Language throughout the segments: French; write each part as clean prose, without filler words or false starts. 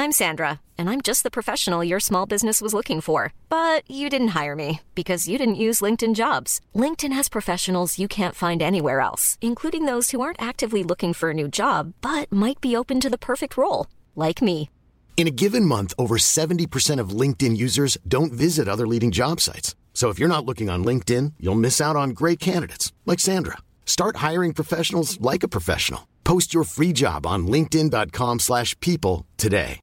I'm Sandra, and I'm just the professional your small business was looking for. But you didn't hire me because you didn't use LinkedIn Jobs. LinkedIn has professionals you can't find anywhere else, including those who aren't actively looking for a new job, but might be open to the perfect role, like me. In a given month, over 70% of LinkedIn users don't visit other leading job sites. So if you're not looking on LinkedIn, you'll miss out on great candidates like Sandra. Start hiring professionals like a professional. Post your free job on linkedin.com/people today.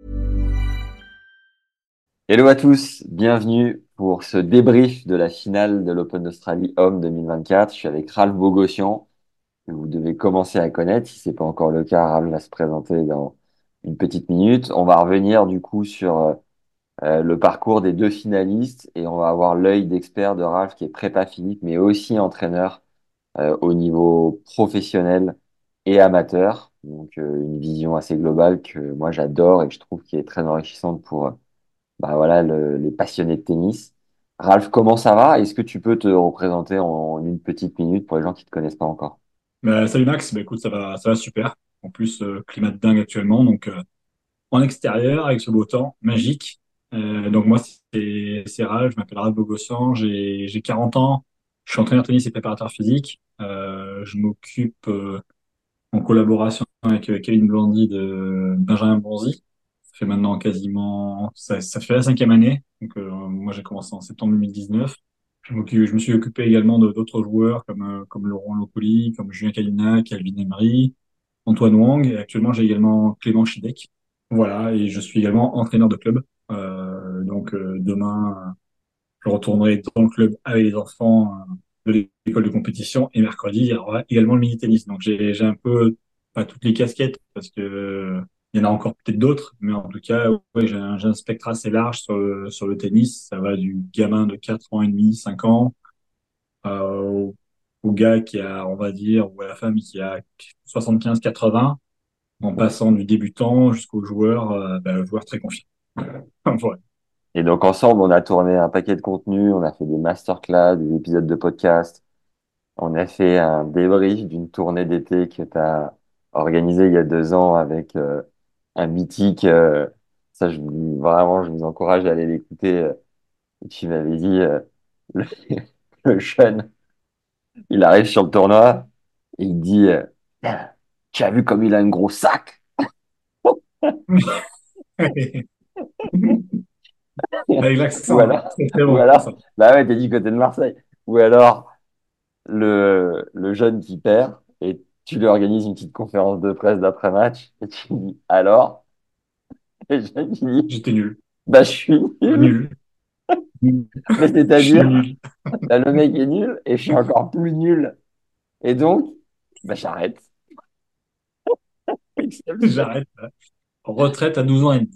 Hello à tous, bienvenue pour ce débrief de la finale de l'Open d'Australie Homme 2024. Je suis avec Ralph Bogossian, que vous devez commencer à connaître. Si ce n'est pas encore le cas, Ralph va se présenter dans une petite minute. On va revenir du coup sur le parcours des deux finalistes et on va avoir l'œil d'expert de Ralph qui est prépa physique mais aussi entraîneur au niveau professionnel et amateur. Donc une vision assez globale que moi j'adore et que je trouve qui est très enrichissante pour bah voilà, les passionnés de tennis. Ralph, comment ça va? Est-ce que tu peux te représenter en une petite minute pour les gens qui ne te connaissent pas encore? Salut Max, écoute, ça va super. En plus, climat de dingue actuellement, donc en extérieur avec ce beau temps magique. Donc moi, c'est Ralph, je m'appelle Ralph Bogossian, j'ai 40 ans, je suis entraîneur tennis et préparateur physique. Je m'occupe en collaboration avec Kevin Blandy de Benjamin Bonzi. Ça fait maintenant quasiment, ça fait la cinquième année. Donc moi, j'ai commencé en septembre 2019. Je me suis occupé également de d'autres joueurs comme Laurent Locoli, comme Julien Calina, Calvin Emery, Antoine Wang, et actuellement j'ai également Clément Chidec. Voilà, et je suis également entraîneur de club. Demain, je retournerai dans le club avec les enfants de l'école de compétition, et mercredi, il y aura également le mini-tennis. Donc j'ai un peu, pas toutes les casquettes, parce que il y en a encore peut-être d'autres, mais en tout cas, ouais, j'ai un spectre assez large sur le tennis. Ça va du gamin de 4 ans et demi, 5 ans, au gars qui a, on va dire, ou à la femme qui a 75-80, en passant du débutant jusqu'au joueur, joueur très confiant. Voilà. Et donc ensemble, on a tourné un paquet de contenus, on a fait des masterclass, des épisodes de podcast, on a fait un débrief d'une tournée d'été que tu as organisée il y a 2 ans avec un mythique. Ça, vraiment, je vous encourage à aller l'écouter. Tu m'avais dit, le, le jeune, il arrive sur le tournoi et il dit, tu as vu comme il a un gros sac? Avec Ou l'accent, hein. alors, Très, très ou bon, alors, ça. bah ouais, t'es du côté de Marseille. Ou alors, le jeune qui perd et tu lui organises une petite conférence de presse d'après-match et tu lui dis, alors? Et le jeune qui dit, J'étais nul. bah, je suis nul. Nul. Mais Je suis c'est-à-dire, nul. bah, le mec est nul et je suis encore plus nul. Et donc, bah, j'arrête. Exception. J'arrête. Retraite à 12 ans et demi.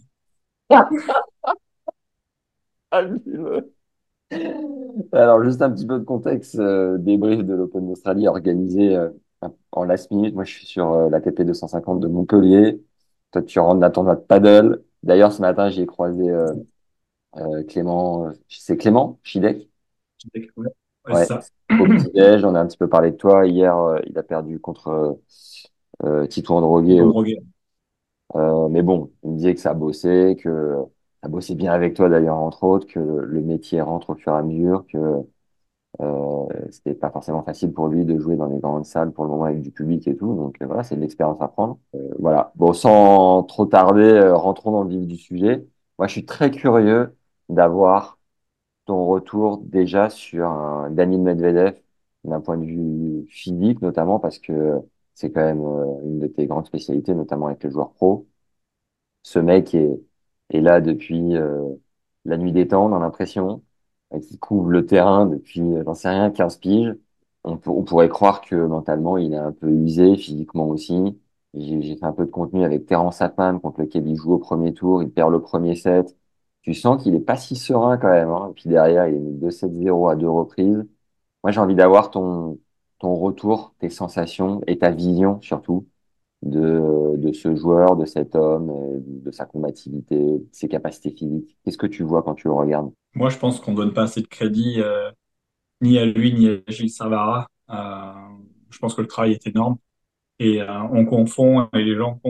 Alors, juste un petit peu de contexte, débrief de l'Open d'Australie organisé en last minute. Moi, je suis sur la TP 250 de Montpellier. Toi, tu rentres dans ton tournoi de paddle. D'ailleurs, ce matin, j'ai croisé Clément, c'est Clément Chidec? Ouais, ouais, c'est Ouais. ça. Au petit-déj, on a un petit peu parlé de toi. Hier, il a perdu contre Titouan Droguet. Bon, drogué. Mais bon, il me disait que ça bossait, que ça bossait bien avec toi d'ailleurs, entre autres, que le métier rentre au fur et à mesure, que c'était pas forcément facile pour lui de jouer dans les grandes salles pour le moment avec du public et tout. Donc voilà, c'est de l'expérience à prendre. Voilà. Bon, sans trop tarder, rentrons dans le vif du sujet. Moi, je suis très curieux d'avoir ton retour déjà sur un Daniil Medvedev d'un point de vue physique, notamment parce que c'est quand même une de tes grandes spécialités, notamment avec les joueurs pro. Ce mec est là depuis la nuit des temps, on a l'impression, qui couvre le terrain depuis, j'en sais rien, 15 piges. On pourrait croire que mentalement, il est un peu usé, physiquement aussi. J'ai fait un peu de contenu avec Terence Atman, contre lequel il joue au premier tour, il perd le premier set. Tu sens qu'il est pas si serein quand même, hein. Et puis derrière, il est mis 2-7-0 à 2 reprises. Moi, j'ai envie d'avoir ton retour, tes sensations et ta vision surtout de ce joueur, de cet homme, de sa combativité, de ses capacités physiques. Qu'est-ce que tu vois quand tu le regardes? Moi, je pense qu'on donne pas assez de crédit ni à lui ni à Gilles Savara. Je pense que le travail est énorme et on confond et les gens confondent.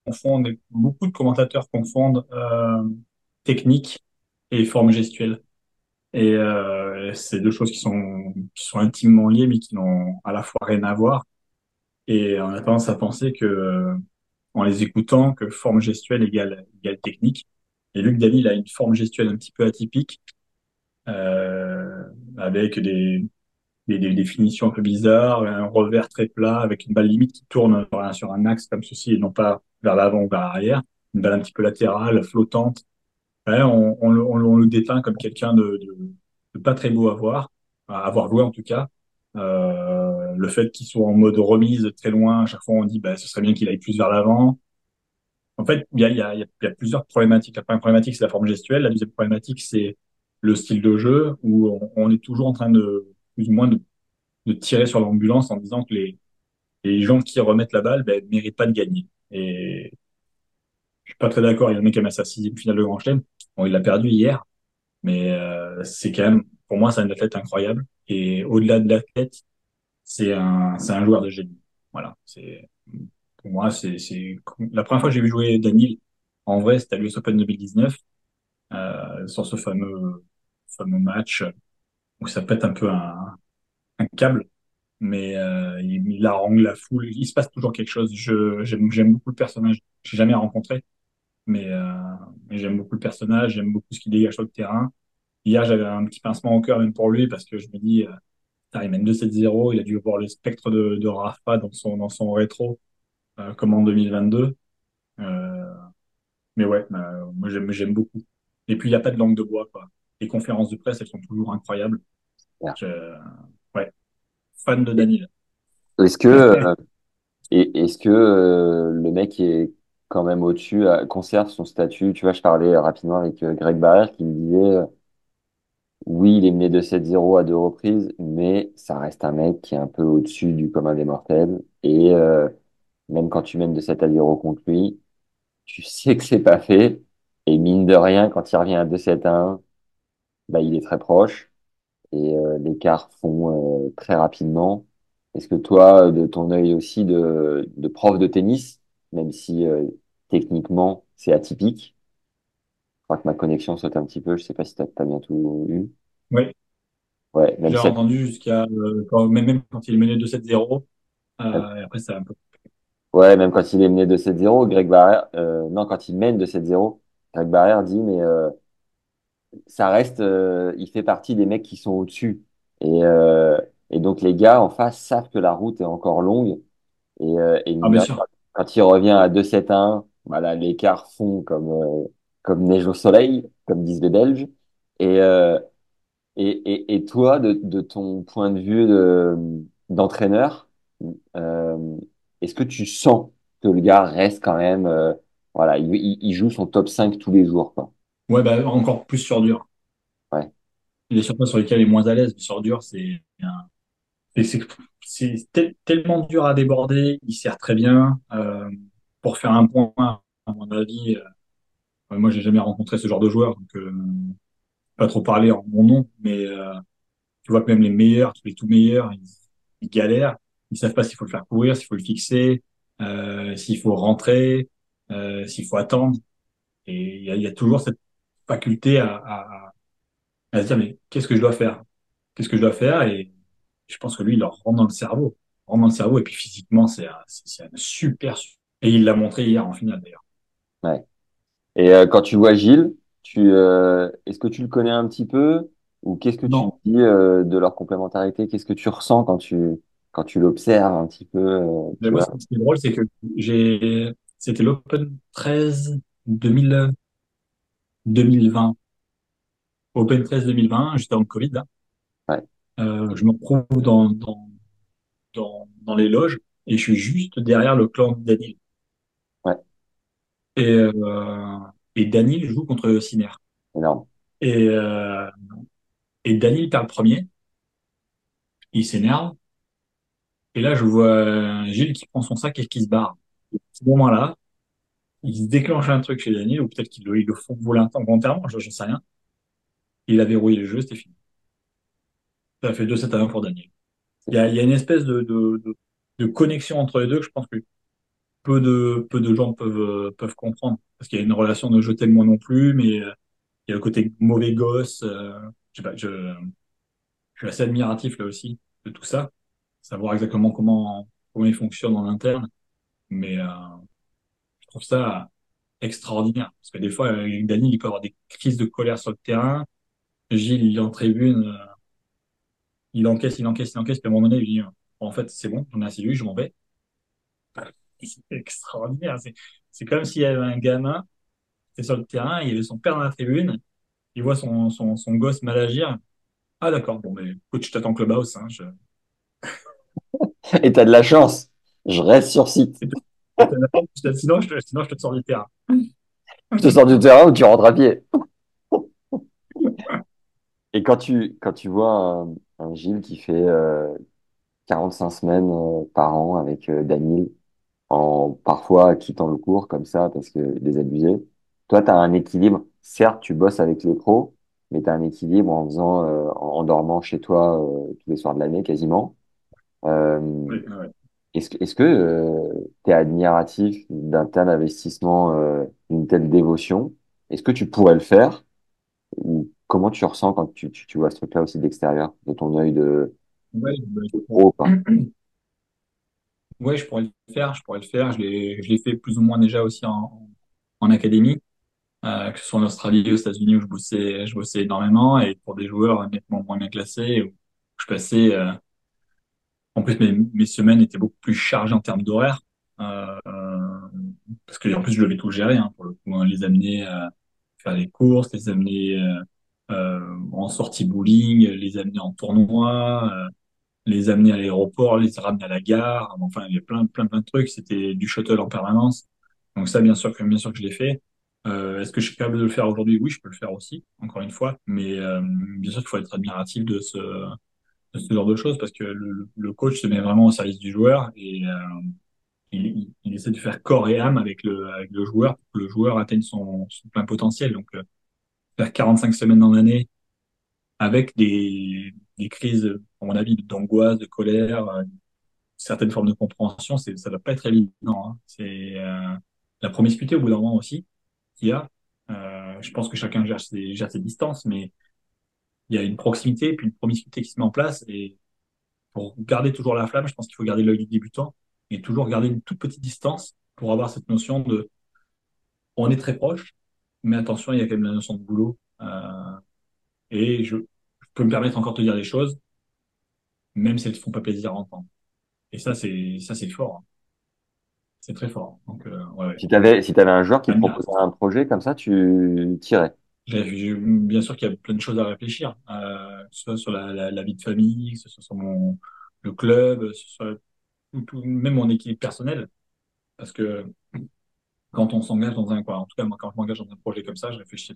beaucoup de commentateurs confondent technique et forme gestuelle. Et c'est deux choses qui sont intimement liées, mais qui n'ont à la fois rien à voir. Et on a tendance à penser en les écoutant, que forme gestuelle égale technique. Et Luc Daly, il a une forme gestuelle un petit peu atypique, euh, avec des finitions un peu bizarres, un revers très plat, avec une balle limite qui tourne sur un axe comme ceci, et non pas vers l'avant ou vers l'arrière. Une balle un petit peu latérale, flottante. Ouais, on le dépeint comme quelqu'un de pas très beau à voir, à avoir joué en tout cas. Le fait qu'il soit en mode remise très loin, à chaque fois on dit bah, ce serait bien qu'il aille plus vers l'avant. En fait, il y a plusieurs problématiques. La première problématique, c'est la forme gestuelle. La deuxième problématique, c'est le style de jeu, où on est toujours en train de, plus ou moins, de tirer sur l'ambulance en disant que les gens qui remettent la balle ben, méritent pas de gagner. Et je suis pas très d'accord. Il y a un mec qui a mis sa sixième finale de Grand Chelem. Bon, il l'a perdu hier, mais c'est quand même, pour moi, c'est un athlète incroyable. Et au-delà de l'athlète, c'est un joueur de génie. Voilà. Pour moi, la première fois que j'ai vu jouer Daniel, en vrai, c'était à l'US Open 2019, sur ce fameux match où ça pète un peu un câble, mais il harangue la foule. Il se passe toujours quelque chose. J'aime beaucoup le personnage. Je l'ai jamais rencontré, mais j'aime beaucoup le personnage. J'aime beaucoup ce qu'il dégage sur le terrain. Hier, j'avais un petit pincement au cœur même pour lui parce que je me dis, putain, il mène 2-7-0. Il a dû voir le spectre de Rafa dans son rétro, comme en 2022. Euh, mais ouais, moi j'aime beaucoup. Et puis il n'y a pas de langue de bois, quoi. Les conférences de presse, elles sont toujours incroyables. Voilà. Je- Ouais, fan de Daniel. Est-ce que, est-ce que le mec est quand même au-dessus, conserve son statut? Tu vois, je parlais rapidement avec Greg Barrère qui me disait, oui, il est mené de 7-0 à deux reprises, mais ça reste un mec qui est un peu au-dessus du commun des mortels. Et même quand tu mènes de 7-0 contre lui, tu sais que c'est pas fait. Et mine de rien, quand il revient à 2-7-1, bah, il est très proche et l'écart fond très rapidement. Est-ce que toi, de ton œil aussi de prof de tennis, même si techniquement c'est atypique, je crois que ma connexion saute un petit peu, je sais pas si t'as bien tout eu. Ouais, Ouais, même j'ai cette, entendu jusqu'à même quand il est mené de 7-0. Et après, c'est un peu. ouais, même quand il est mené de 7-0, Greg Barrère, non, quand il mène de 7-0, Greg Barrère dit, mais ça reste, il fait partie des mecs qui sont au-dessus. Et, euh, et donc les gars en face savent que la route est encore longue. Et Ah, mine de bien rien, sûr. quand il revient à 2-7-1, voilà, l'écart fond comme neige au soleil, comme disent les Belges. Et, euh, et toi, de ton point de vue d'entraîneur, euh, est-ce que tu sens que le gars reste quand même, voilà, il joue son top 5 tous les jours, quoi. Ouais, bah, encore plus sur dur. Ouais, Les surfaces sur lesquelles il est moins à l'aise, mais sur dur, c'est c'est- tellement dur à déborder. Il sert très bien. Pour faire un point, à mon avis, moi, j'ai jamais rencontré ce genre de joueur, donc pas trop parler en mon nom, mais tu vois que même les meilleurs, tous les tout meilleurs, ils galèrent. Ils savent pas s'il faut le faire courir, s'il faut le fixer, s'il faut rentrer, s'il faut attendre. Et il y a toujours cette faculté à se dire, mais qu'est-ce que je dois faire? Qu'est-ce que je dois faire? Et je pense que lui, il leur rentre dans le cerveau. Rentre dans le cerveau. Et puis physiquement, c'est un super. Et il l'a montré hier en finale, d'ailleurs. ouais. Et quand tu vois Gilles, est-ce que tu le connais un petit peu ou qu'est-ce que tu Non. dis de leur complémentarité? Qu'est-ce que tu ressens quand tu l'observes un petit peu, Mais tu moi, vois? ce qui est drôle, c'est que c'était l'Open 13 2020. Open 13 2020, j'étais en Covid, là. Ouais, Je me retrouve dans les loges et je suis juste derrière le clan de Daniel. ouais, Et, euh, et Daniel joue contre Sinner. énorme. Et, euh, et Daniel perd le premier, il s'énerve. Et là, je vois Gilles qui prend son sac et qui se barre. À ce moment-là, il se déclenche un truc chez Daniel, ou peut-être qu'ils le font volontairement, j'en sais rien. Il a verrouillé le jeu, c'était fini. Ça a fait 2-7-1 pour Daniel. C'est Il y a, fou. il y a une espèce de connexion entre les deux que je pense que peu de gens peuvent comprendre. Parce qu'il y a une relation de je t'aime moi non plus, mais il y a le côté mauvais gosse. Je sais pas, je suis assez admiratif là aussi de tout ça, savoir exactement comment il fonctionne en interne. Mais je trouve ça extraordinaire. Parce que des fois, Dani, il peut avoir des crises de colère sur le terrain. Gilles, il est en tribune, il encaisse, il encaisse, il encaisse, puis à un moment donné, il dit, en fait, c'est bon, j'en ai assez vu, je m'en vais. C'est extraordinaire. C'est comme s'il y avait un gamin qui était sur le terrain, il y avait son père dans la tribune, il voit son gosse mal agir. Ah d'accord, bon, mais écoute, je t'attends au clubhouse. Hein, Et t'as de la chance. Je reste sur site. Et sinon, je te sors du terrain. Je te sors du terrain ou tu rentres à pied. Et quand tu vois un Gilles qui fait 45 semaines par an avec Daniel, en parfois quittant le cours comme ça parce que désabusé, toi, tu as un équilibre. Certes, tu bosses avec les pros, mais tu as un équilibre en faisant, en dormant chez toi tous les soirs de l'année quasiment. Euh, Oui, ouais. est-ce que tu es admiratif d'un tel investissement, d'une telle dévotion? Est-ce que tu pourrais le faire? Ou comment tu ressens quand tu vois ce truc-là aussi de l'extérieur, de ton œil Ouais, de pro, quoi? ouais, je pourrais le faire, je pourrais le faire. Je l'ai fait plus ou moins déjà aussi en académie, que ce soit en Australie, aux États-Unis où je bossais énormément et pour des joueurs nettement moins bien classés où je passais, en plus mes semaines étaient beaucoup plus chargées en termes d'horaire, parce que en plus je devais tout gérer, hein, pour le coup, hein, les amener faire les courses, les amener en sortie bowling, les amener en tournoi, les amener à l'aéroport, les ramener à la gare. Enfin, il y a plein de trucs. C'était du shuttle en permanence. Donc ça, bien sûr que je l'ai fait. Est-ce que je suis capable de le faire aujourd'hui? Oui, je peux le faire aussi, encore une fois. Mais bien sûr qu'il faut être admiratif de ce genre de choses parce que le coach se met vraiment au service du joueur et il essaie de faire corps et âme avec le joueur pour que le joueur atteigne son plein potentiel. Donc, faire 45 semaines dans l'année avec des crises, à mon avis, d'angoisse, de colère, certaines formes de compréhension, ça doit pas être évident. Hein. C'est la promiscuité au bout d'un moment aussi qu'il y a. Je pense que chacun gère ses distances, mais il y a une proximité puis une promiscuité qui se met en place. Et pour garder toujours la flamme, je pense qu'il faut garder l'œil du débutant et toujours garder une toute petite distance pour avoir cette notion de on est très proche, mais attention, il y a quand même la notion de boulot. Et je peux me permettre encore de te dire des choses, même si elles ne te font pas plaisir à entendre. Et ça, c'est fort. Hein. C'est très fort. Donc, ouais, ouais. Si t'avais un joueur qui te proposait Admiratif. un projet comme ça, tu tirais. Bien sûr qu'il y a plein de choses à réfléchir, que ce soit sur la vie de famille, que ce soit sur le club, que ce soit même mon équilibre personnel. Parce que quand on s'engage dans quoi, en tout cas, moi, quand je m'engage dans un projet comme ça, je réfléchis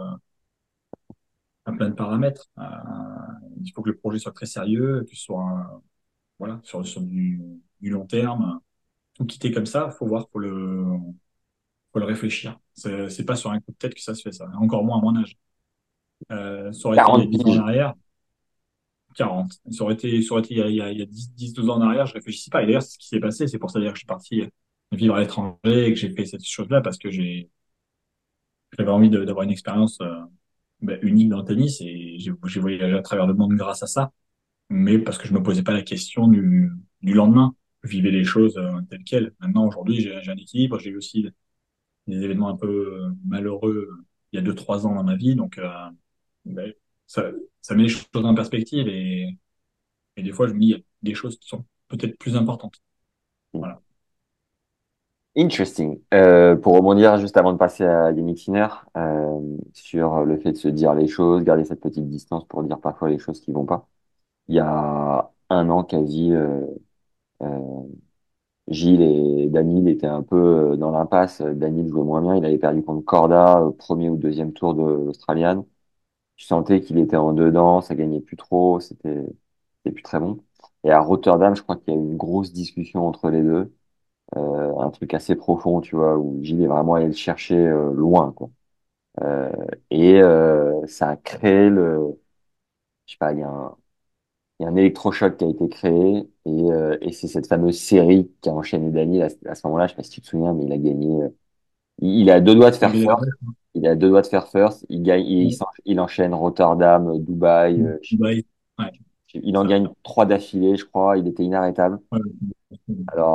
à plein de paramètres. Il faut que le projet soit très sérieux, que ce soit, voilà, sur du long terme. Tout quitter comme ça, faut le réfléchir. C'est pas sur un coup de tête que ça se fait, ça. Encore moins à mon âge. Ça aurait été il y a 40 10 ans en piges. arrière, 40. Ça aurait été il y a 10 12 ans en arrière, je réfléchissais pas. Et d'ailleurs, c'est ce qui s'est passé. C'est pour ça d'ailleurs que je suis parti vivre à l'étranger et que j'ai fait cette chose-là parce que j'avais envie d'avoir une expérience unique dans le tennis et j'ai voyagé à travers le monde grâce à ça. Mais parce que je me posais pas la question du lendemain. Je vivais les choses telles quelles. Maintenant, aujourd'hui, j'ai un équilibre. J'ai eu aussi des événements un peu malheureux il y a 2 3 ans dans ma vie. Donc, ben, ça, ça met les choses en perspective et des fois, je me dis, il y a des choses qui sont peut-être plus importantes. Voilà. Interesting. Pour rebondir juste avant de passer à Yannick Sinner, sur le fait de se dire les choses, garder cette petite distance pour dire parfois les choses qui vont pas. Il y a un an quasi, euh, Gilles et Daniel étaient un peu dans l'impasse. Daniel jouait moins bien, il avait perdu contre Corda au premier ou deuxième tour de l'Australian. Tu sentais qu'il était en dedans, ça gagnait plus trop, c'était plus très bon. Et à Rotterdam, je crois qu'il y a eu une grosse discussion entre les deux, un truc assez profond, tu vois, où Gilles est vraiment allé le chercher loin, quoi. Et ça a créé je sais pas, il y a il y a un électrochoc qui a été créé et c'est cette fameuse série qui a enchaîné Daniel à ce moment-là. Je sais pas si tu te souviens, mais il a gagné. Il est à deux doigts de faire Roland first. Garros, Il est à deux doigts de faire first. Il gagne, ouais. il enchaîne Rotterdam, Dubaï. Dubaï, ouais, Il en ça. gagne trois d'affilée, je crois. Il était inarrêtable. Ouais. Alors,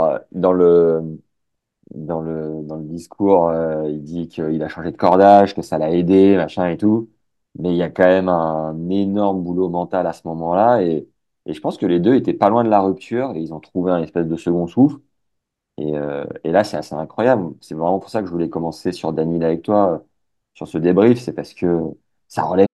dans le discours, il dit qu'il a changé de cordage, que ça l'a aidé, machin et tout. Mais il y a quand même un énorme boulot mental à ce moment-là. Et je pense que les deux étaient pas loin de la rupture et ils ont trouvé un espèce de second souffle. Et là, c'est assez incroyable. C'est vraiment pour ça que je voulais commencer sur Daniel avec toi, sur ce débrief. C'est parce que ça relève.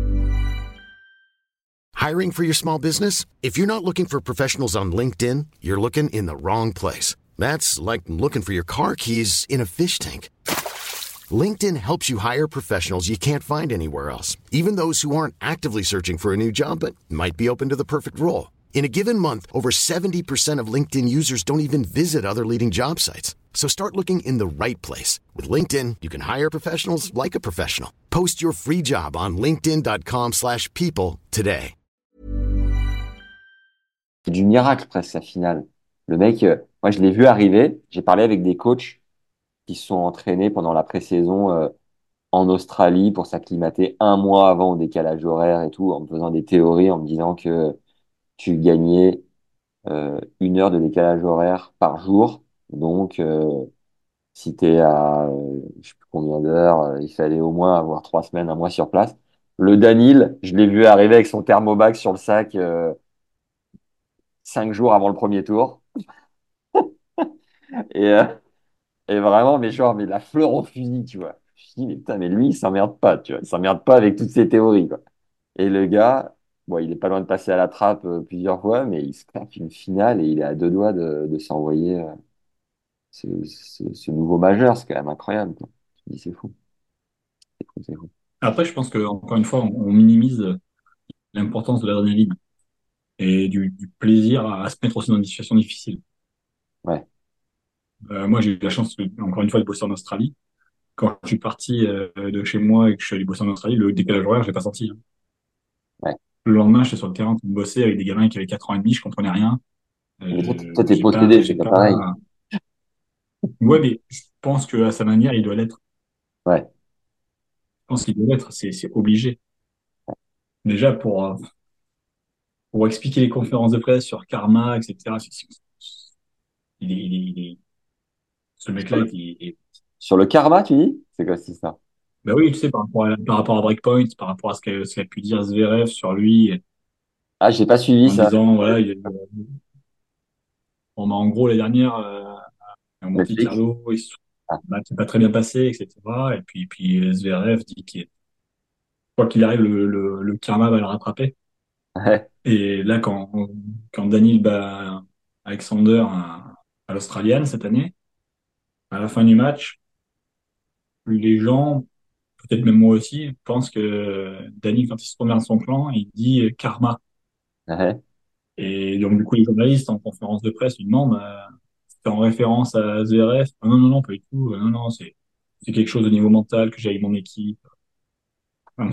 Hiring for your small business? If you're not looking for professionals on LinkedIn, you're looking in the wrong place. That's like looking for your car keys in a fish tank. LinkedIn helps you hire professionals you can't find anywhere else, even those who aren't actively searching for a new job but might be open to the perfect role. In a given month, over 70% of LinkedIn users don't even visit other leading job sites. So start looking in the right place. With LinkedIn, you can hire professionals like a professional. Post your free job on linkedin.com/people today. C'est du miracle presque, sa finale. Le mec, moi, je l'ai vu arriver. J'ai parlé avec des coachs qui se sont entraînés pendant la pré-saison en Australie pour s'acclimater un mois avant au décalage horaire et tout, en me faisant des théories, en me disant que tu gagnais 1 heure de décalage horaire par jour. Donc, si tu es à je sais plus combien d'heures, il fallait au moins avoir 3 semaines, un mois sur place. Le Danil, je l'ai vu arriver avec son thermobag sur le sac 5 jours avant le premier tour. Et, euh, et vraiment, mais genre, mais la fleur au fusil, tu vois. Je me suis dit, mais putain, mais lui, il s'emmerde pas, tu vois. Il s'emmerde pas avec toutes ces théories, quoi. Et le gars, bon, il est pas loin de passer à la trappe plusieurs fois, mais il se tape une finale et il est à deux doigts de s'envoyer ce nouveau majeur. C'est quand même incroyable, quoi. Je me dis, c'est fou, c'est fou, c'est fou. Après, je pense que encore une fois, on minimise l'importance de l'adrénaline et du plaisir à se mettre aussi dans des situations difficiles. Ouais, Moi, j'ai eu la chance, encore une fois, de bosser en Australie. Quand je suis parti de chez moi et que je suis allé bosser en Australie, le décalage horaire, je l'ai pas senti, hein. ouais. Le lendemain, j'étais sur le terrain en train de bosser avec des gamins qui avaient 4 ans et demi, je comprenais rien. Mais toi, t'es possédé, c'est J'ai pas pas. pareil. Ouais, mais je pense que à sa manière, il doit l'être. Ouais, Je pense qu'il doit l'être. C'est obligé. Déjà pour expliquer les conférences de presse sur Karma, etc. Ce sur mec-là, le, sur le karma, tu dis? C'est quoi cette histoire? bah oui, tu sais, par rapport à Breakpoint, par rapport à ce qu'a pu dire Zverev sur lui, Ah, j'ai pas suivi en ça. disant, voilà, bon, bah, en gros, la dernière, à Monte Netflix? Carlo, Ah, bah, c'est pas très bien passé, etc. Et puis Zverev dit quoi qu'il arrive, le karma va le rattraper. ouais, Et là, quand Daniel bat Alexander à l'Australienne cette année, à la fin du match, les gens, peut-être même moi aussi, pensent que Daniel, quand il se retourne vers son clan, il dit karma. ouais. Et donc, du coup, les journalistes en conférence de presse lui demandent, c'est en référence à Zverev? Ah, non, non, non, pas du tout. Non, non, c'est quelque chose au niveau mental que j'ai avec mon équipe. Enfin,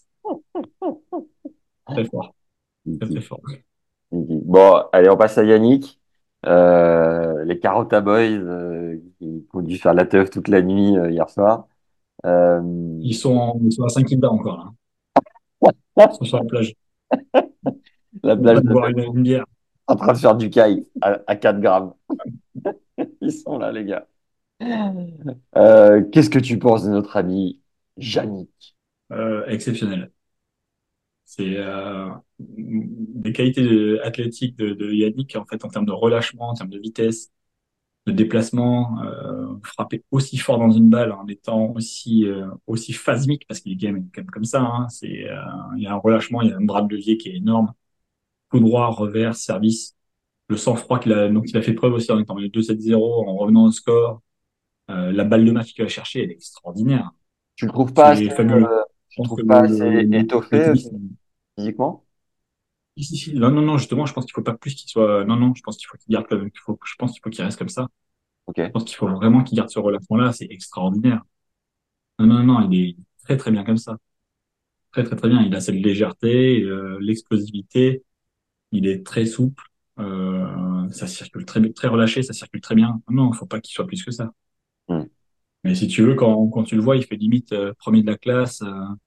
très fort, très, très fort. Bon, allez, on passe à Yannick. Les Carota Boys qui ont dû faire la teuf toute la nuit hier soir. Euh, Ils sont à 5 kilomètres encore, là. Ils sont sur la plage. la Ils sont en plage train de de boire Melbourne, une bière. en train de faire du kite à 4 grammes. Ils sont là, les gars. Qu'est-ce que tu penses de notre ami Yannick? Exceptionnel. C'est des qualités athlétiques de Yannick, en fait, en termes de relâchement, en termes de vitesse, de déplacement, frapper aussi fort dans une balle en étant aussi phasmique, parce qu'il est quand même comme ça, hein. Il y a un relâchement, il y a un bras de levier qui est énorme. Coup droit, revers, service. Le sang-froid dont il a fait preuve aussi en étant mené 2-7-0, en revenant au score. La balle de match qu'il va chercher, elle est extraordinaire. Tu le trouves pas assez, C'est fabuleux. Je tu le pense que trouves pas assez le étoffé tennis, physiquement? si, si, si. Non, non, non, justement, je pense qu'il faut pas plus qu'il soit. Non, non, je pense qu'il faut qu'il garde je pense qu'il faut qu'il reste comme ça. Je Ok. pense qu'il faut vraiment qu'il garde ce relâchement-là. C'est extraordinaire. Non, non, non, il est très, très bien comme ça. Très, très, très bien. Il a cette légèreté, l'explosivité. il est très souple, ça circule très relâché, ça circule très bien. Non, faut pas qu'il soit plus que ça. Hmm. Mais si tu veux, quand tu le vois, il fait limite premier de la classe.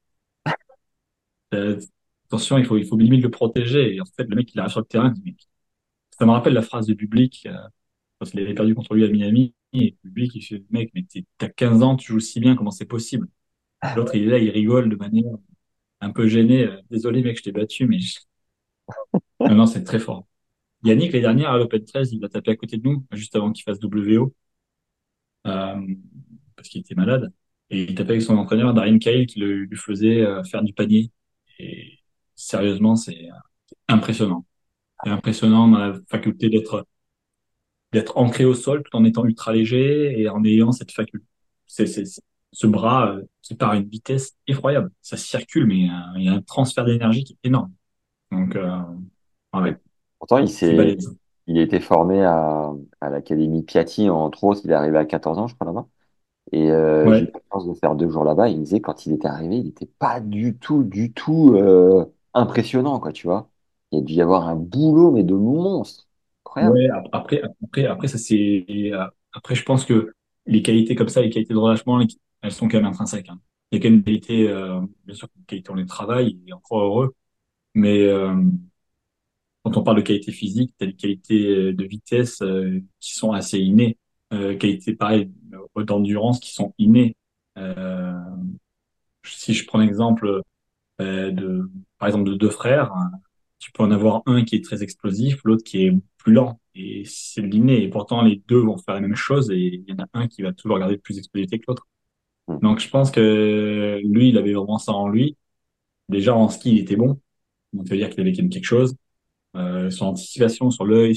Euh, attention, il faut limite le protéger. Et en fait, le mec, il arrive sur le terrain, il dit, ça me rappelle la phrase de Bublik quand il avait perdu contre lui à Miami. Et Bublik, il fait, mec, mais t'as 15 ans, tu joues si bien, comment c'est possible? L'autre, il est là, il rigole de manière un peu gênée. Désolé, mec, je t'ai battu, mais non, non, c'est très fort. Yannick, l'année dernière, à l'Open 13, il a tapé à côté de nous, juste avant qu'il fasse WO, euh, parce qu'il était malade. Et il tapait avec son entraîneur, Darren Cahill, qui lui faisait faire du panier. Et sérieusement, c'est impressionnant. C'est impressionnant dans la faculté d'être ancré au sol tout en étant ultra léger et en ayant cette faculté. Ce bras qui part à une vitesse effroyable. Ça circule, mais il y a un transfert d'énergie qui est énorme. Donc, Et ouais, pourtant, c'est balèze. il a été formé à l'Académie Piatti, entre autres. Il est arrivé à 14 ans, je crois, là-bas. Et j'ai eu Ouais, la chance de faire 2 jours là-bas. Il me disait, quand il était arrivé, il n'était pas du tout impressionnant, quoi, tu vois. Il y a dû y avoir un boulot, mais de monstre. Incroyable. ouais. Après, ça c'est. Après, je pense que les qualités comme ça, les qualités de relâchement, elles sont quand même intrinsèques. Hein. Il y a quand même des qualités, bien sûr, des qualités on les travaille, et encore heureux. Mais quand on parle de qualité physique, t'as des qualités de vitesse qui sont assez innées, qualités pareil d'endurance qui sont innées. Euh, si je prends l'exemple par exemple, de deux frères, hein, tu peux en avoir un qui est très explosif, l'autre qui est plus lent. Et c'est l'inné. Et pourtant, les deux vont faire la même chose et il y en a un qui va toujours garder plus d'explosivité que l'autre. Hmm. Donc, je pense que lui, il avait vraiment ça en lui. Déjà, en ski, il était bon. Donc, ça veut dire qu'il avait quand même quelque chose. Son anticipation sur l'œil,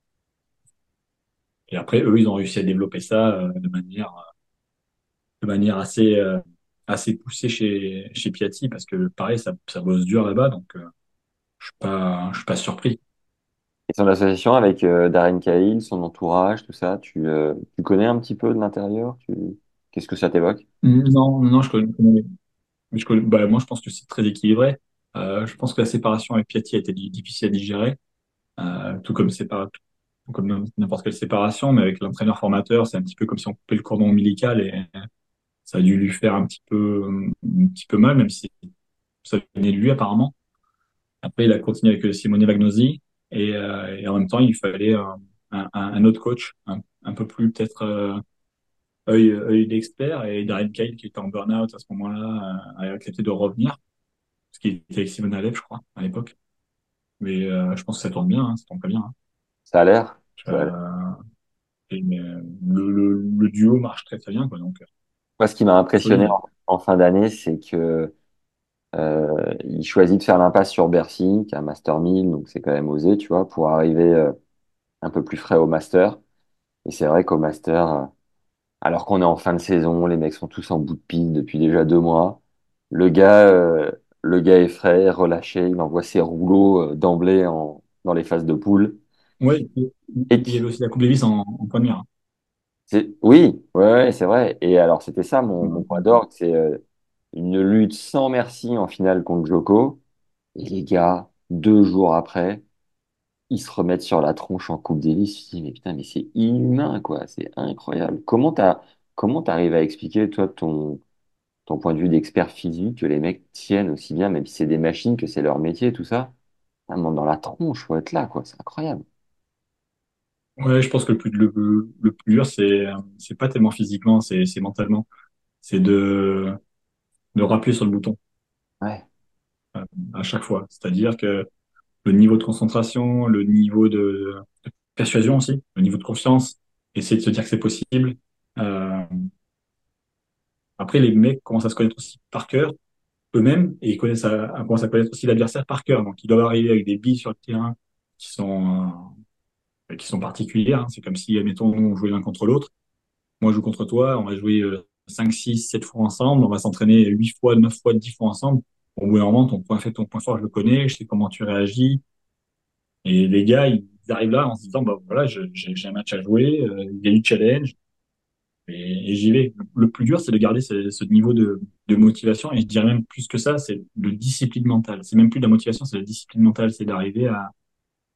et après, eux, ils ont réussi à développer ça de manière assez poussée chez Piatti parce que pareil, ça bosse dur là-bas. Donc, je suis pas surpris. Et son association avec Darren Cahill, son entourage, tout ça, tu connais un petit peu de l'intérieur? Qu'est-ce que ça t'évoque? Non, non, bah, moi, je pense que c'est très équilibré. Je pense que la séparation avec Piatti a été difficile à digérer, tout comme n'importe quelle séparation, mais avec l'entraîneur formateur, c'est un petit peu comme si on coupait le cordon ombilical et ça a dû lui faire un petit peu mal, même si ça venait de lui apparemment. Après, il a continué avec Simone Vagnosi et en même temps, il fallait un autre coach, un peu plus peut-être œil d'expert et Darren Cahill qui était en burn-out à ce moment-là a accepté de revenir parce qu'il était avec Simone Alep, je crois, à l'époque. Mais je pense que ça tourne bien, hein, ça tourne très bien. Hein. Ça a l'air. Ça a l'air. Euh, mais, le duo marche très très bien, quoi. Donc, Moi, ce qui m'a impressionné solide. en fin d'année, c'est que il choisit de faire l'impasse sur Bercy, qui est un Master 1000, donc c'est quand même osé, tu vois, pour arriver un peu plus frais au Master. Et c'est vrai qu'au Master, alors qu'on est en fin de saison, les mecs sont tous en bout de piste depuis déjà 2 mois. Le gars, euh, le gars est frais, relâché, il envoie ses rouleaux d'emblée dans les phases de poule. Ouais, Et il y avait aussi la Coupe Davis en point de mire. oui, ouais, ouais, c'est vrai. Et alors, c'était ça mon point Hein. d'orgue, c'est une lutte sans merci en finale contre Djoko. Et les gars, 2 jours après, ils se remettent sur la tronche en Coupe Davis. Je me dis, mais putain, mais c'est inhumain, quoi. C'est incroyable. Comment t'arrives à expliquer, toi, ton point de vue d'expert physique, que les mecs tiennent aussi bien, même si c'est des machines, que c'est leur métier, tout ça? Vraiment, dans la tronche, faut être là, quoi. C'est incroyable. Ouais, je pense que le plus dur, c'est pas tellement physiquement, c'est mentalement. C'est de rappuyer sur le bouton Ouais. à chaque fois. C'est-à-dire que le niveau de concentration, le niveau de persuasion aussi, le niveau de confiance, essayer de se dire que c'est possible. Euh, Après, les mecs commencent à se connaître aussi par cœur eux-mêmes et ils commencent à connaître aussi l'adversaire par cœur. Donc, ils doivent arriver avec des billes sur le terrain qui sont particulières. Hein. C'est comme si, admettons, on jouait l'un contre l'autre. Moi, je joue contre toi, on va jouer 5, 6, 7 fois ensemble, on va s'entraîner 8 fois, 9 fois, 10 fois ensemble. Au bout d'un moment, ton point faible, ton point fort, je le connais, je sais comment tu réagis. Et les gars, ils arrivent là en se disant, bah voilà, j'ai un match à jouer, il y a du challenge, et j'y vais. Le plus dur, c'est de garder ce niveau de motivation, et je dirais même plus que ça, c'est de discipline mentale. C'est même plus de la motivation, c'est de la discipline mentale, c'est d'arriver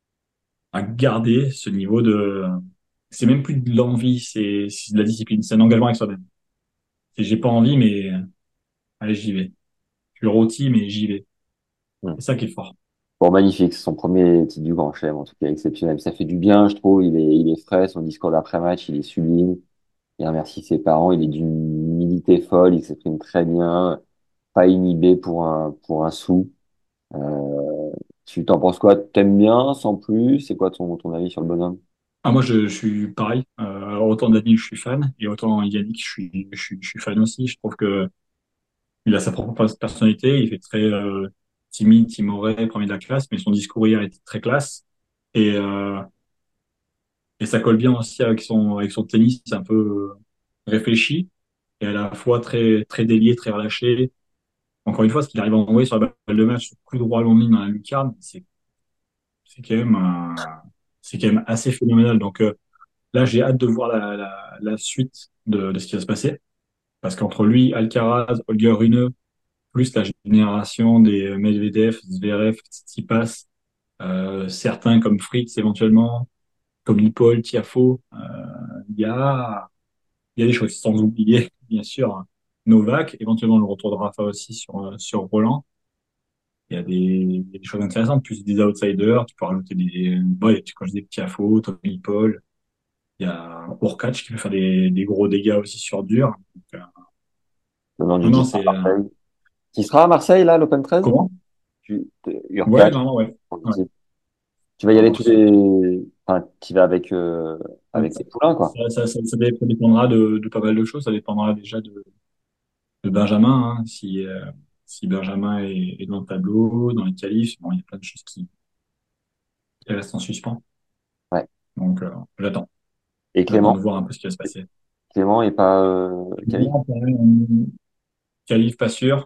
à garder ce niveau de, c'est même plus de l'envie, c'est de la discipline, c'est un engagement avec soi-même. C'est j'ai pas envie, mais allez, j'y vais. Je suis rôti, mais j'y vais. Hmm. C'est ça qui est fort. Bon, magnifique, c'est son premier titre du Grand Chelem, en tout cas exceptionnel. Ça fait du bien, je trouve. Il est frais, son discours d'après-match, il est sublime. Il remercie ses parents, il est d'une humilité folle, il s'exprime très bien, pas inhibé pour un sou. Tu t'en penses quoi? T'aimes bien, sans plus? C'est quoi ton avis sur le bonhomme? Ah, moi, je suis pareil. Autant Daniel, je suis fan, et autant Yannick, je suis fan aussi. Je trouve que il a sa propre personnalité. Il fait très timide, timoré, premier de la classe, mais son discours hier était très classe. Et, euh, et ça colle bien aussi avec son tennis un peu réfléchi et à la fois très, très délié, très relâché. Encore une fois, ce qu'il arrive à envoyer sur la balle de match, sur coup droit long ligne dans la lucarne, c'est quand même, c'est quand même assez phénoménal. Donc là, j'ai hâte de voir la suite de ce qui va se passer. Parce qu'entre lui, Alcaraz, Holger Rune, plus la génération des Medvedev, Zverev, Tsitsipas, certains comme Fritz éventuellement, comme Lipol, Tiafoe, il y a, il y a des choses sans oublier, bien sûr, hein, Novak, éventuellement le retour de Rafa aussi sur Roland. Il y a des choses intéressantes, plus des outsiders, tu peux rajouter des, ouais, quand je dis Tiafoe, Tommy Paul, il y a Urkac qui peut faire des gros dégâts aussi sur dur. Donc, Le nom non, du non, titre à c'est, Marseille. Qui sera à Marseille, là, l'Open 13? comment? Ouais, Urkac, non, non, ouais. on Ouais. dit. Tu vas y Non, aller non, tous les, enfin, tu vas avec les poulains, quoi. ça dépendra de pas mal de choses. Ça dépendra déjà de Benjamin, hein, si Benjamin est dans le tableau, dans les qualifs. Bon, il y a plein de choses qui restent en suspens. Ouais. Donc, j'attends. Et J'attends Clément? de voir un peu ce qui va se passer. Clément est pas qualifié. Bon, pareil, qualif, pas sûr.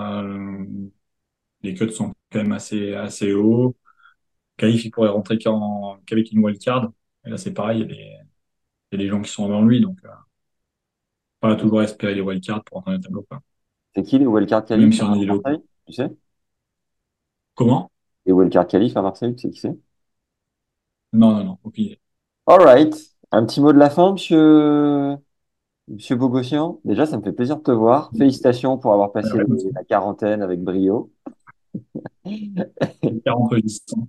Les cuts sont quand même assez hauts. Qualif, il pourrait rentrer qu'avec une wildcard. Et là, c'est pareil, il y a des gens qui sont avant lui. Donc, pas toujours espérer les wildcards pour rentrer dans le tableau, quoi. C'est qui les wildcard Même qualifs si à on a des lots. Marseille? Tu sais? Comment? Les wildcard qualifs à Marseille, tu sais qui c'est? Non, non, non, aucune idée. All right. Un petit mot de la fin, monsieur Bogossian. Déjà, ça me fait plaisir de te voir. Félicitations pour avoir passé Alors, écoute, la quarantaine avec brio. 40 registres.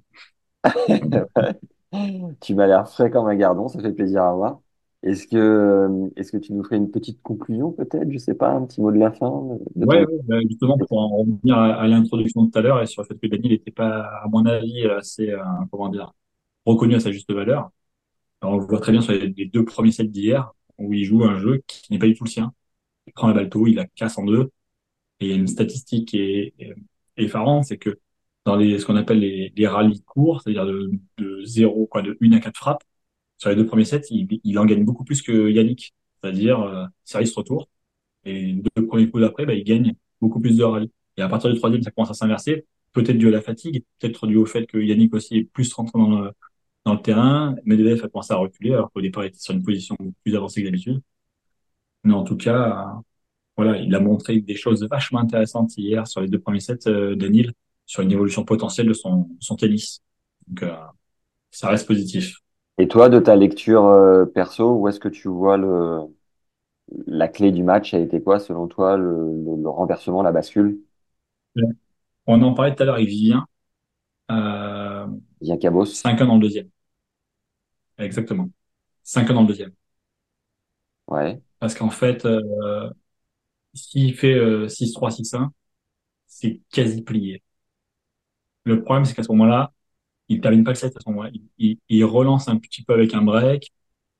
Tu m'as l'air frais comme un gardon, ça fait plaisir à voir. Est-ce que tu nous ferais une petite conclusion peut-être? Je sais pas, un petit mot de la fin de Ouais, ton. ouais, bah, justement, pour en revenir à l'introduction de tout à l'heure et sur le fait que Daniel n'était pas, à mon avis, assez, comment dire, reconnu à sa juste valeur. Alors, on le voit très bien sur les deux premiers sets d'hier, où il joue un jeu qui n'est pas du tout le sien. Il prend la balle tôt, il la casse en deux. Et il y a une statistique qui est effarante, c'est que dans ce qu'on appelle les rallyes courts, c'est-à-dire de 0, quoi, de 1 à 4 frappes, sur les deux premiers sets, il en gagne beaucoup plus que Yannick. C'est-à-dire, service retour. Et les deux premiers coups d'après, bah, il gagne beaucoup plus de rallyes. Et à partir du troisième, ça commence à s'inverser. Peut-être dû à la fatigue, peut-être dû au fait que Yannick aussi est plus rentré dans le terrain. Medvedev a commencé à reculer, alors qu'au départ, il était sur une position plus avancée que d'habitude. Mais en tout cas, voilà, il a montré des choses vachement intéressantes hier sur les deux premiers sets, Daniel, sur une évolution potentielle de son tennis. Donc, ça reste positif. Et toi, de ta lecture perso, où est-ce que tu vois la clé du match a été quoi selon toi, le renversement, la bascule? On en parlait tout à l'heure, il vient euh, Via Cabos. 5-1 dans le deuxième. Exactement. 5-1 dans le deuxième. Ouais. Parce qu'en fait, s'il fait 6-3, 6-1, c'est quasi plié. Le problème, c'est qu'à ce moment-là, il termine pas le set à ce moment-là. Il relance un petit peu avec un break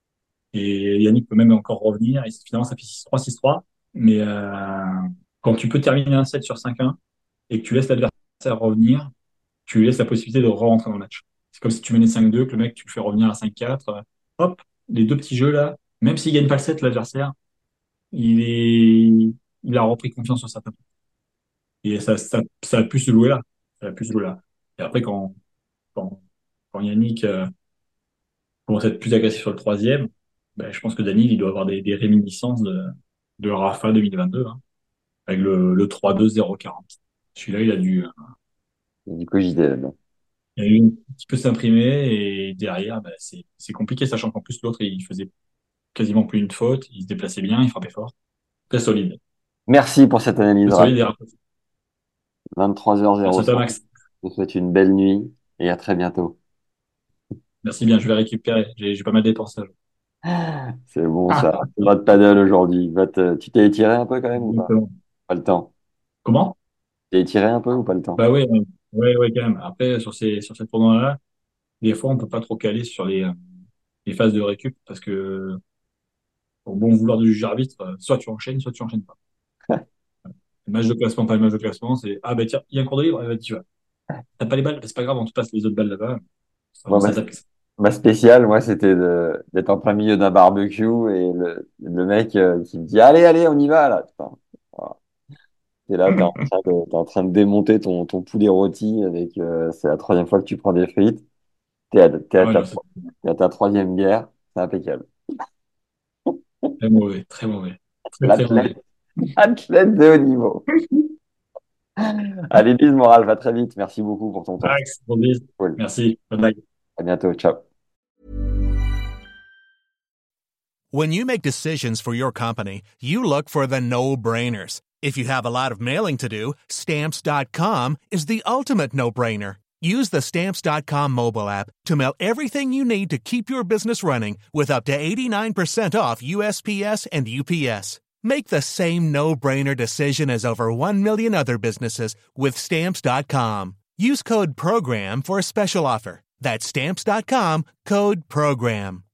et Yannick peut même encore revenir. Et finalement, ça fait 6-3, 6-3. Mais quand tu peux terminer un set sur 5-1 et que tu laisses l'adversaire revenir, tu lui laisses la possibilité de re-rentrer dans le match. C'est comme si tu menais 5-2, que le mec, tu le fais revenir à 5-4. Hop, les deux petits jeux là, même s'il gagne pas le set, l'adversaire, il est, il a repris confiance sur sa table. Et ça a pu se jouer là. Ça a pu se jouer là. Et après, quand, quand Yannick commence à être plus agressif sur le troisième, ben, je pense que Daniel, il doit avoir des réminiscences de Rafa 2022, hein, avec le 3-2-0-40. Celui-là, il a dû. Du coup, j'y là-dedans. Il y a eu un petit peu s'imprimer et derrière, bah, c'est compliqué, sachant qu'en plus l'autre, il faisait quasiment plus une faute, il se déplaçait bien, il frappait fort. Très solide. Merci pour cette analyse Très rapide. solide et rapide. Merci à toi, 23h05. Max. Je te souhaite une belle nuit et à très bientôt. Merci bien, je vais récupérer. J'ai pas mal dépensé. C'est bon ça. Ah, Pas de paddle aujourd'hui. Tu t'es étiré un peu quand même ou pas? exactement. Pas le temps. Comment? T'es étiré un peu ou pas le temps? Bah oui, ouais, quand même. Après, sur ces tournois-là, des fois, on peut pas trop caler sur les phases de récup parce que, pour bon vouloir du juge arbitre, soit tu enchaînes pas. Le match de classement, pas le match de classement, c'est, ah, bah tiens, il y a un cours de libre, eh ben, tu vas. T'as pas les balles, bah, c'est pas grave, on te passe les autres balles là-bas. Ça Moi, va s'attaquer. ma spéciale, moi, c'était d'être en plein milieu d'un barbecue et le mec qui me dit, allez, allez, on y va, là. Putain. Voilà. T'es là, t'es en train de démonter ton poulet rôti avec, c'est la troisième fois que tu prends des frites. Ouais, non, c'est T'es à ta troisième bière. C'est impeccable. très mauvais, très mauvais. Très, très L'athlète, mauvais. athlète de haut niveau. Allez, Lise Moral, va très vite. Merci beaucoup pour ton temps. Max, Robise, Cool. merci. Bonne night. À bientôt. Ciao. When you make decisions for your company, you look for the no-brainers. If you have a lot of mailing to do, Stamps.com is the ultimate no-brainer. Use the Stamps.com mobile app to mail everything you need to keep your business running with up to 89% off USPS and UPS. Make the same no-brainer decision as over 1 million other businesses with Stamps.com. Use code PROGRAM for a special offer. That's Stamps.com, code PROGRAM.